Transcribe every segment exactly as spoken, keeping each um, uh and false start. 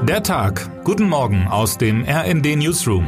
Der Tag. Guten Morgen aus dem R N D Newsroom.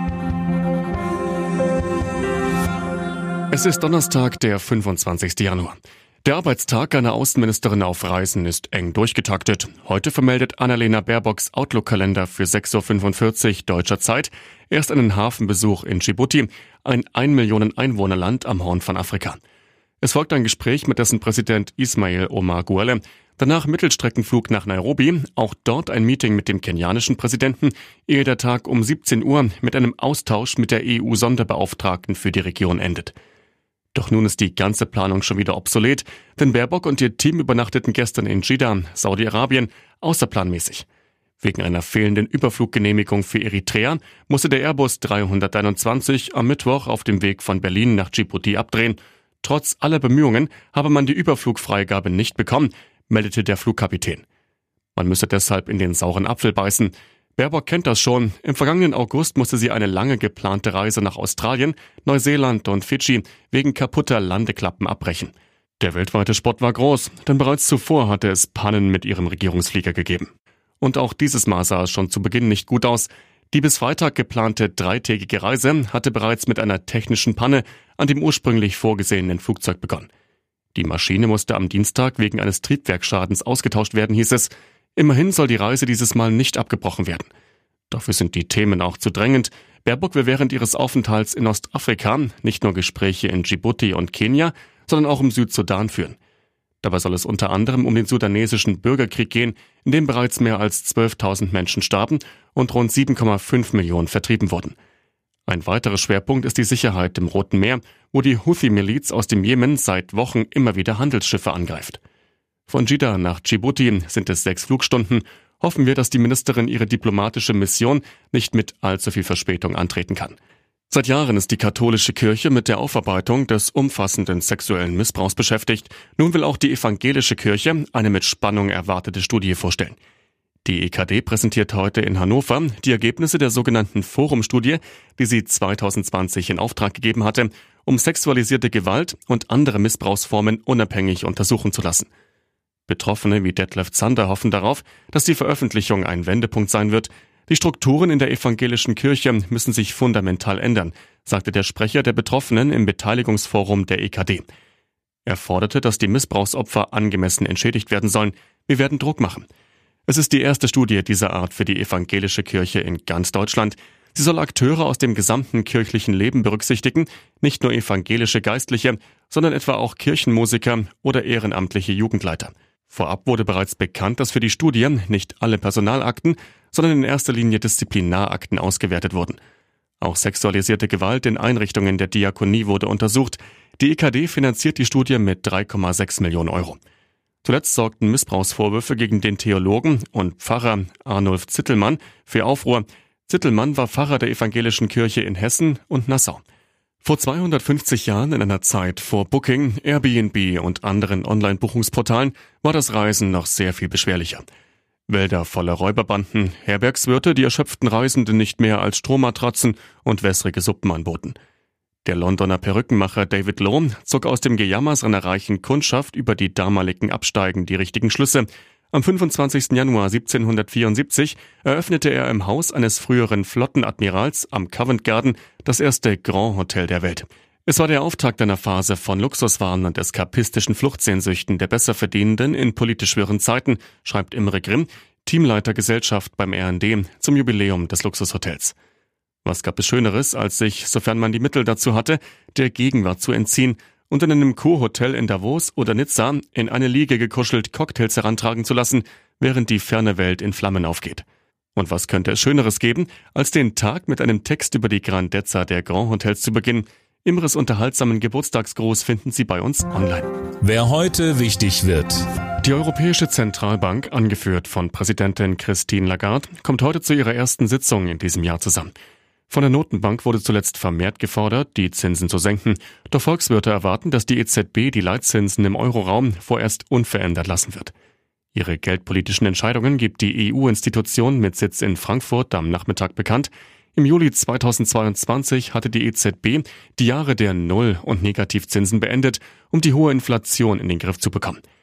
Es ist Donnerstag, der fünfundzwanzigsten Januar. Der Arbeitstag einer Außenministerin auf Reisen ist eng durchgetaktet. Heute vermeldet Annalena Baerbocks Outlook-Kalender für sechs Uhr fünfundvierzig deutscher Zeit erst einen Hafenbesuch in Djibouti, ein ein Millionen Einwohnerland am Horn von Afrika. Es folgt ein Gespräch mit dessen Präsident Ismail Omar Guelleh, danach Mittelstreckenflug nach Nairobi, auch dort ein Meeting mit dem kenianischen Präsidenten, ehe der Tag um siebzehn Uhr mit einem Austausch mit der E U-Sonderbeauftragten für die Region endet. Doch nun ist die ganze Planung schon wieder obsolet, denn Baerbock und ihr Team übernachteten gestern in Dschidda, Saudi-Arabien, außerplanmäßig. Wegen einer fehlenden Überfluggenehmigung für Eritrea musste der Airbus dreihunderteinundzwanzig am Mittwoch auf dem Weg von Berlin nach Djibouti abdrehen. Trotz aller Bemühungen habe man die Überflugfreigabe nicht bekommen, meldete der Flugkapitän. Man müsse deshalb in den sauren Apfel beißen. Baerbock kennt das schon. Im vergangenen August musste sie eine lange geplante Reise nach Australien, Neuseeland und Fidschi wegen kaputter Landeklappen abbrechen. Der weltweite Spott war groß, denn bereits zuvor hatte es Pannen mit ihrem Regierungsflieger gegeben. Und auch dieses Mal sah es schon zu Beginn nicht gut aus. Die bis Freitag geplante dreitägige Reise hatte bereits mit einer technischen Panne an dem ursprünglich vorgesehenen Flugzeug begonnen. Die Maschine musste am Dienstag wegen eines Triebwerksschadens ausgetauscht werden, hieß es. Immerhin soll die Reise dieses Mal nicht abgebrochen werden. Dafür sind die Themen auch zu drängend. Baerbock will während ihres Aufenthalts in Ostafrika nicht nur Gespräche in Djibouti und Kenia, sondern auch im Südsudan führen. Dabei soll es unter anderem um den sudanesischen Bürgerkrieg gehen, in dem bereits mehr als zwölftausend Menschen starben und rund sieben Komma fünf Millionen vertrieben wurden. Ein weiterer Schwerpunkt ist die Sicherheit im Roten Meer, wo die Houthi-Miliz aus dem Jemen seit Wochen immer wieder Handelsschiffe angreift. Von Dschidda nach Djibouti sind es sechs Flugstunden. Hoffen wir, dass die Ministerin ihre diplomatische Mission nicht mit allzu viel Verspätung antreten kann. Seit Jahren ist die katholische Kirche mit der Aufarbeitung des umfassenden sexuellen Missbrauchs beschäftigt. Nun will auch die evangelische Kirche eine mit Spannung erwartete Studie vorstellen. Die E K D präsentiert heute in Hannover die Ergebnisse der sogenannten Forum-Studie, die sie zweitausendzwanzig in Auftrag gegeben hatte, um sexualisierte Gewalt und andere Missbrauchsformen unabhängig untersuchen zu lassen. Betroffene wie Detlef Zander hoffen darauf, dass die Veröffentlichung ein Wendepunkt sein wird. Die Strukturen in der evangelischen Kirche müssen sich fundamental ändern, sagte der Sprecher der Betroffenen im Beteiligungsforum der E K D. Er forderte, dass die Missbrauchsopfer angemessen entschädigt werden sollen. Wir werden Druck machen. Es ist die erste Studie dieser Art für die evangelische Kirche in ganz Deutschland. Sie soll Akteure aus dem gesamten kirchlichen Leben berücksichtigen, nicht nur evangelische Geistliche, sondern etwa auch Kirchenmusiker oder ehrenamtliche Jugendleiter. Vorab wurde bereits bekannt, dass für die Studie nicht alle Personalakten, sondern in erster Linie Disziplinarakten ausgewertet wurden. Auch sexualisierte Gewalt in Einrichtungen der Diakonie wurde untersucht. Die E K D finanziert die Studie mit drei Komma sechs Millionen Euro. Zuletzt sorgten Missbrauchsvorwürfe gegen den Theologen und Pfarrer Arnulf Zittelmann für Aufruhr. Zittelmann war Pfarrer der evangelischen Kirche in Hessen und Nassau. Vor zweihundertfünfzig Jahren, in einer Zeit vor Booking, Airbnb und anderen Online-Buchungsportalen, war das Reisen noch sehr viel beschwerlicher. Wälder voller Räuberbanden, Herbergswirte, die erschöpften Reisenden nicht mehr als Strohmatratzen und wässrige Suppen anboten. Der Londoner Perückenmacher David Lowe zog aus dem Gejammer seiner reichen Kundschaft über die damaligen Absteigen die richtigen Schlüsse. Am fünfundzwanzigsten Januar siebzehnhundertvierundsiebzig eröffnete er im Haus eines früheren Flottenadmirals am Covent Garden das erste Grand Hotel der Welt. Es war der Auftakt einer Phase von Luxuswahn und eskapistischen Fluchtsehnsüchten der Besserverdienenden in politisch wirren Zeiten, schreibt Imre Grimm, Teamleiter Gesellschaft beim R N D, zum Jubiläum des Luxushotels. Was gab es Schöneres, als sich, sofern man die Mittel dazu hatte, der Gegenwart zu entziehen und in einem Co-Hotel in Davos oder Nizza in eine Liege gekuschelt Cocktails herantragen zu lassen, während die ferne Welt in Flammen aufgeht. Und was könnte es Schöneres geben, als den Tag mit einem Text über die Grandezza der Grand Hotels zu beginnen? Imres unterhaltsamen Geburtstagsgruß finden Sie bei uns online. Wer heute wichtig wird. Die Europäische Zentralbank, angeführt von Präsidentin Christine Lagarde, kommt heute zu ihrer ersten Sitzung in diesem Jahr zusammen. Von der Notenbank wurde zuletzt vermehrt gefordert, die Zinsen zu senken. Doch Volkswirte erwarten, dass die E Z B die Leitzinsen im Euroraum vorerst unverändert lassen wird. Ihre geldpolitischen Entscheidungen gibt die E U-Institution mit Sitz in Frankfurt am Nachmittag bekannt. Im Juli zweitausendzweiundzwanzig hatte die E Z B die Jahre der Null- und Negativzinsen beendet, um die hohe Inflation in den Griff zu bekommen.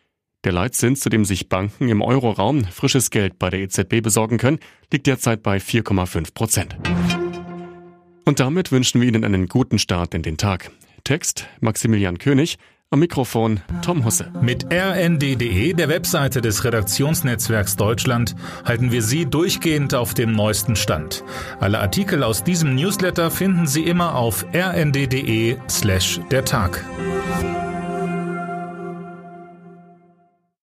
Der Leitzins, zu dem sich Banken im Euroraum frisches Geld bei der E Z B besorgen können, liegt derzeit bei vier Komma fünf Prozent. Und damit wünschen wir Ihnen einen guten Start in den Tag. Text Maximilian König, am Mikrofon Tom Husse. Mit R N D punkt D E, der Webseite des Redaktionsnetzwerks Deutschland, halten wir Sie durchgehend auf dem neuesten Stand. Alle Artikel aus diesem Newsletter finden Sie immer auf r n d punkt d e slash der Tag.